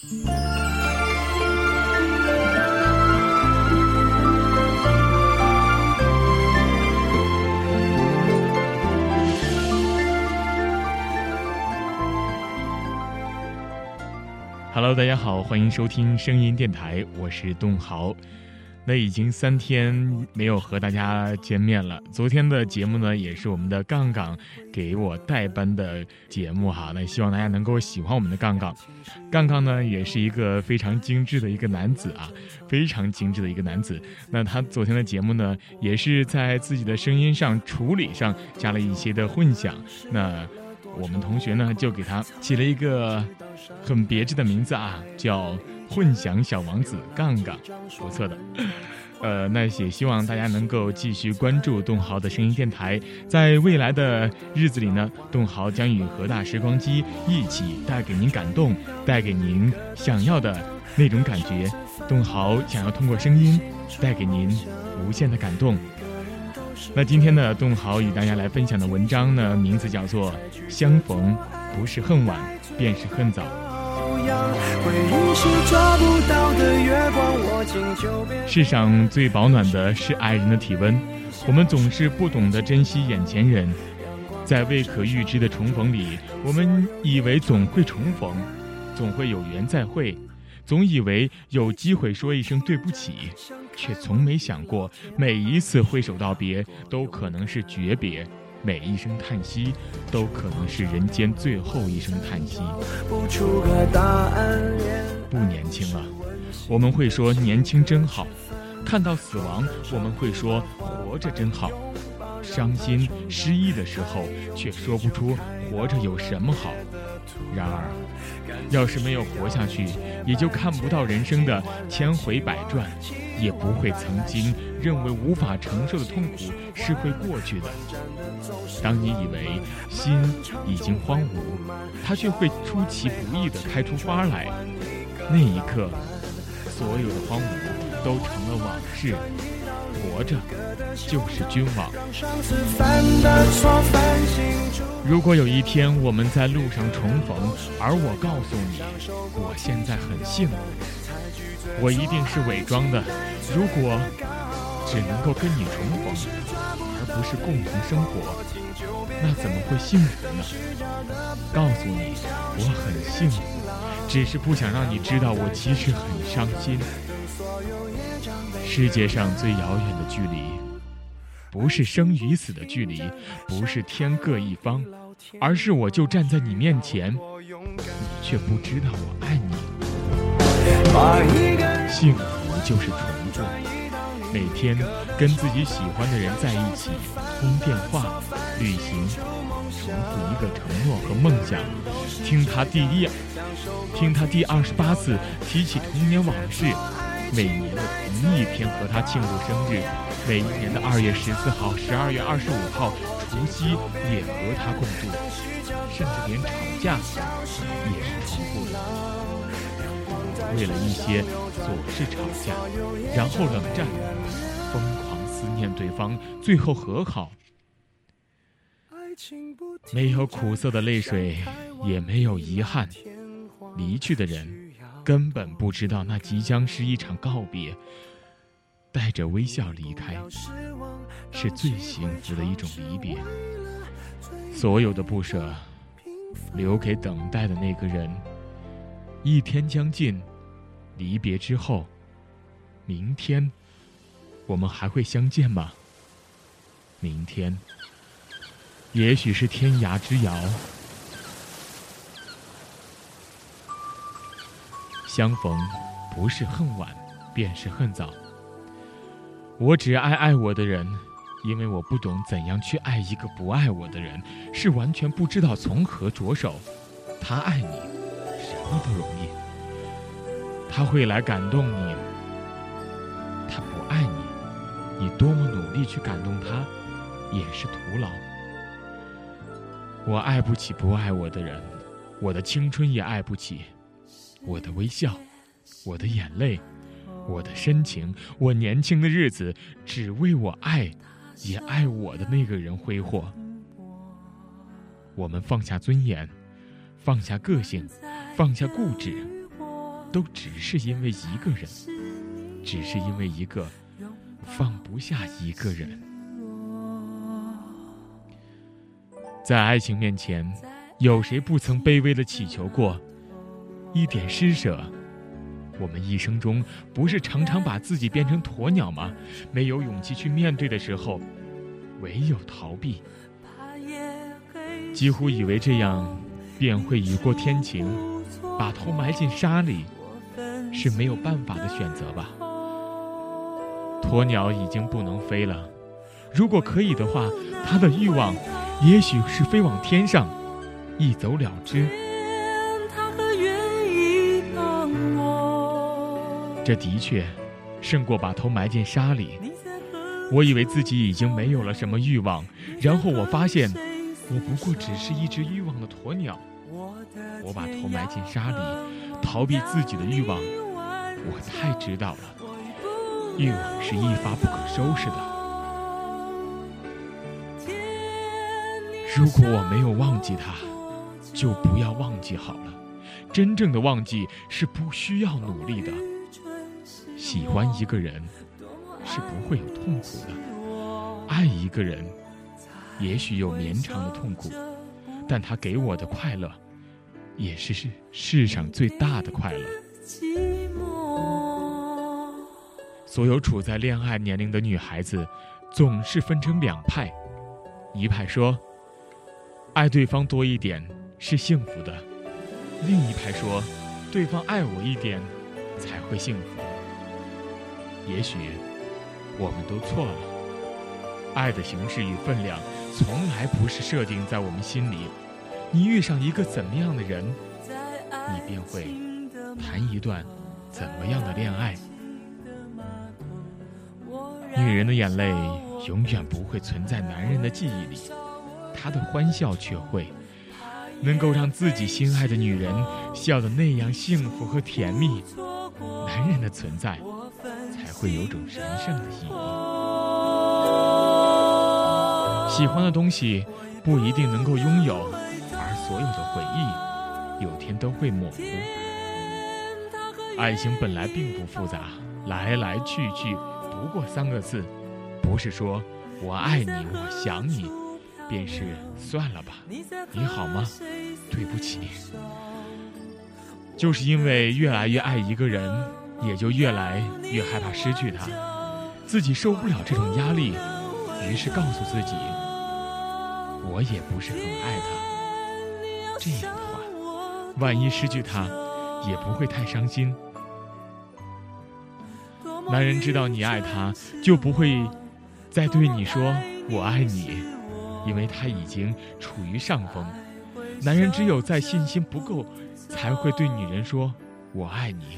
Hello， 大家好，欢迎收听声音电台，我是栋豪。那已经3天没有和大家见面了。昨天的节目呢，也是我们的杠杠给我代班的节目哈。那希望大家能够喜欢我们的杠杠。杠杠呢，也是一个非常精致的一个男子啊，非常精致的一个男子。那他昨天的节目呢，也是在自己的声音上处理上加了一些的混响。那我们同学呢，就给他起了一个很别致的名字啊，叫混响小王子杠杠，不错的。那也希望大家能够继续关注栋豪的声音电台。在未来的日子里呢，栋豪将与和大时光机一起带给您感动，带给您想要的那种感觉。栋豪想要通过声音带给您无限的感动。那今天呢，栋豪与大家来分享的文章呢，名字叫做《相逢不是恨晚，便是恨早》。世上最保暖的是爱人的体温，我们总是不懂得珍惜眼前人，在未可预知的重逢里，我们以为总会重逢，总会有缘再会，总以为有机会说一声对不起，却从没想过每一次挥手道别都可能是诀别，每一声叹息都可能是人间最后一声叹息。不年轻了，我们会说年轻真好，看到死亡我们会说活着真好，伤心失意的时候却说不出活着有什么好。然而要是没有活下去，也就看不到人生的千回百转，也不会曾经认为无法承受的痛苦是会过去的。当你以为心已经荒芜，它却会出其不意地开出花来，那一刻所有的荒芜都成了往事，活着就是君王。如果有一天我们在路上重逢，而我告诉你我现在很幸福，我一定是伪装的。如果只能够跟你重逢，而不是共同生活，那怎么会幸福呢？告诉你我很幸福，只是不想让你知道我其实很伤心。世界上最遥远的距离，不是生与死的距离，不是天各一方，而是我就站在你面前，你却不知道我爱你。幸福就是重复，每天跟自己喜欢的人在一起，通电话、旅行，重复一个承诺和梦想，听他第28次提起童年往事，每年的同一天和他庆祝生日，每一年的2月14号、12月25号、除夕也和他共度，甚至连吵架也是重复的。为了一些琐事吵架，然后冷战，疯狂思念对方，最后和好。没有苦涩的泪水，也没有遗憾。离去的人根本不知道那即将是一场告别，带着微笑离开，是最幸福的一种离别。所有的不舍留给等待的那个人。一天将近，离别之后，明天我们还会相见吗？明天也许是天涯之遥。相逢不是恨晚，便是恨早。我只爱我的人，因为我不懂怎样去爱一个不爱我的人，是完全不知道从何着手。他爱你，什么都容易，他会来感动你。他不爱你，你多么努力去感动他，也是徒劳。我爱不起不爱我的人，我的青春也爱不起。我的微笑，我的眼泪，我的深情，我年轻的日子，只为我爱也爱我的那个人挥霍。我们放下尊严，放下个性，放下固执， 都只是因为一个人，只是因为一个放不下一个人。在爱情面前，有谁不曾卑微地祈求过一点施舍？我们一生中不是常常把自己变成鸵鸟吗？没有勇气去面对的时候，唯有逃避。几乎以为这样便会雨过天晴，把头埋进沙里，是没有办法的选择吧。鸵鸟已经不能飞了，如果可以的话，它的欲望也许是飞往天上，一走了之。这的确胜过把头埋进沙里。我以为自己已经没有了什么欲望，然后我发现我不过只是一只欲望的鸵鸟。我把头埋进沙里，逃避自己的欲望。我太知道了，欲望是一发不可收拾的。如果我没有忘记他，就不要忘记好了。真正的忘记是不需要努力的。喜欢一个人是不会有痛苦的，爱一个人也许有绵长的痛苦，但他给我的快乐也是世上最大的快乐。所有处在恋爱年龄的女孩子总是分成两派，一派说爱对方多一点是幸福的，另一派说对方爱我一点才会幸福。也许我们都错了，爱的形式与分量从来不是设定在我们心里。你遇上一个怎么样的人，你便会谈一段怎么样的恋爱。女人的眼泪永远不会存在男人的记忆里，她的欢笑却会。能够让自己心爱的女人笑得那样幸福和甜蜜，男人的存在才会有种神圣的意义。喜欢的东西不一定能够拥有，而所有的回忆有天都会模糊。爱情本来并不复杂，来来去去不过3个字，不是说我爱你我想你便是算了吧，你好吗？对不起。就是因为越来越爱一个人，也就越来越害怕失去他，自己受不了这种压力，于是告诉自己我也不是很爱他。这样的话，万一失去他也不会太伤心。男人知道你爱他，就不会再对你说我爱你，因为他已经处于上风。男人只有在信心不够，才会对女人说我爱你。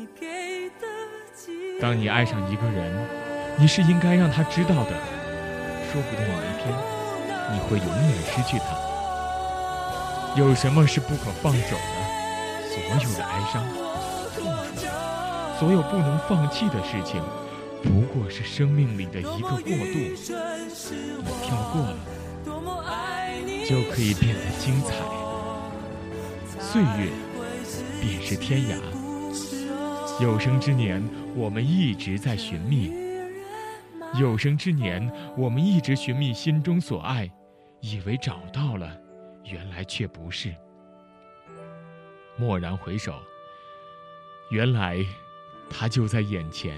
当你爱上一个人，你是应该让他知道的，说不定有一天你会永远失去他。有什么是不可放手的？所有的哀伤、痛楚，所有不能放弃的事情，不过是生命里的一个过渡。你跳过了，就可以变得精彩。岁月便是天涯，有生之年我们一直在寻觅，有生之年我们一直寻觅心中所爱，以为找到了，原来却不是。蓦然回首，原来他就在眼前。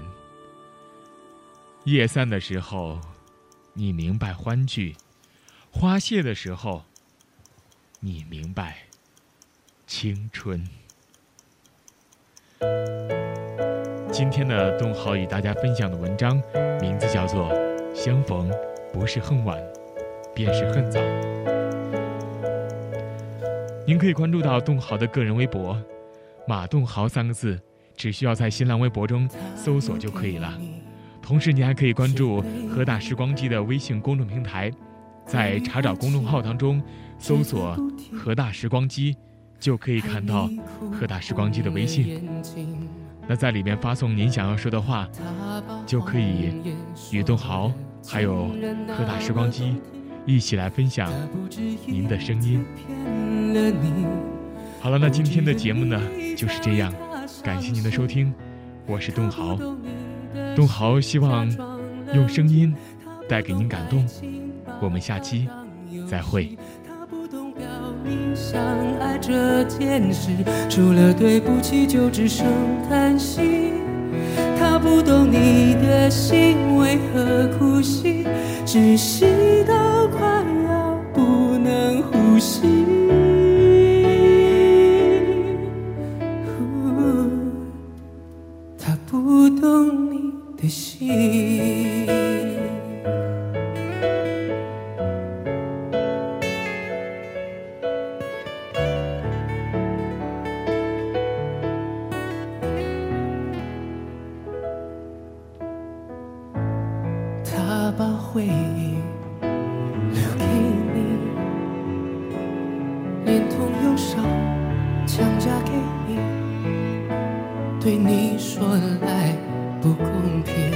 夜散的时候，你明白欢聚；花谢的时候，你明白青春。今天的东豪与大家分享的文章名字叫做《相逢不是恨晚，便是恨早》。您可以关注到东豪的个人微博马东豪3个字，只需要在新浪微博中搜索就可以了。同时你还可以关注河大时光机的微信公众平台，在查找公众号当中搜索河大时光机，就可以看到河大时光机的微信。那在里面发送您想要说的话，就可以与东豪还有河大时光机一起来分享您的声音。好了，那今天的节目呢就是这样， 感谢您的收听，我是东豪。东豪希望用声音带给您感动，我们下期再会。 相爱这件事，除了对不起就只剩叹息。他不懂你的心为何哭泣，窒息到快要不能呼吸。他不懂你的心。他把回忆留给你，连同忧伤强加给你，对你说来不公平。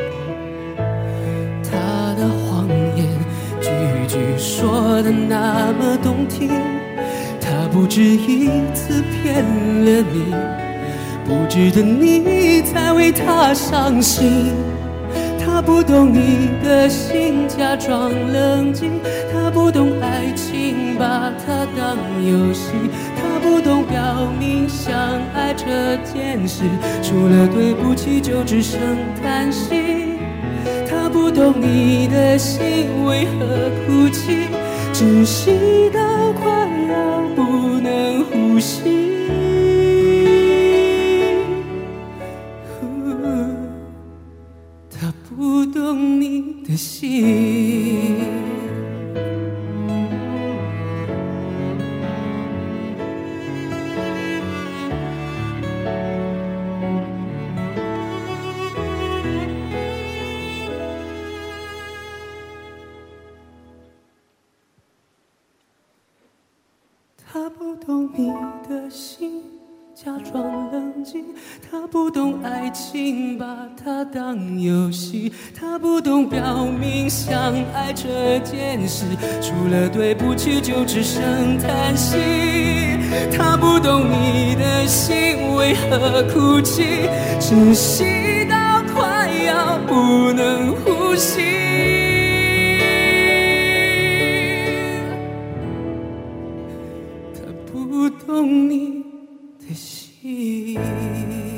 他的谎言句句说的那么动听，他不止一次骗了你，不值得你再为他伤心。他不懂你的心，假装冷静。他不懂爱情，把它当游戏。他不懂表明相爱这件事，除了对不起就只剩叹息。他不懂你的心为何哭泣，窒息到快要不能呼吸。他不懂你的心。他不懂你的心，假装冷静。他不懂爱情，把它当游戏。他不懂表明相爱这件事，除了对不起就只剩叹息。他不懂你的心为何哭泣，窒息到快要不能呼吸。他不懂你的心。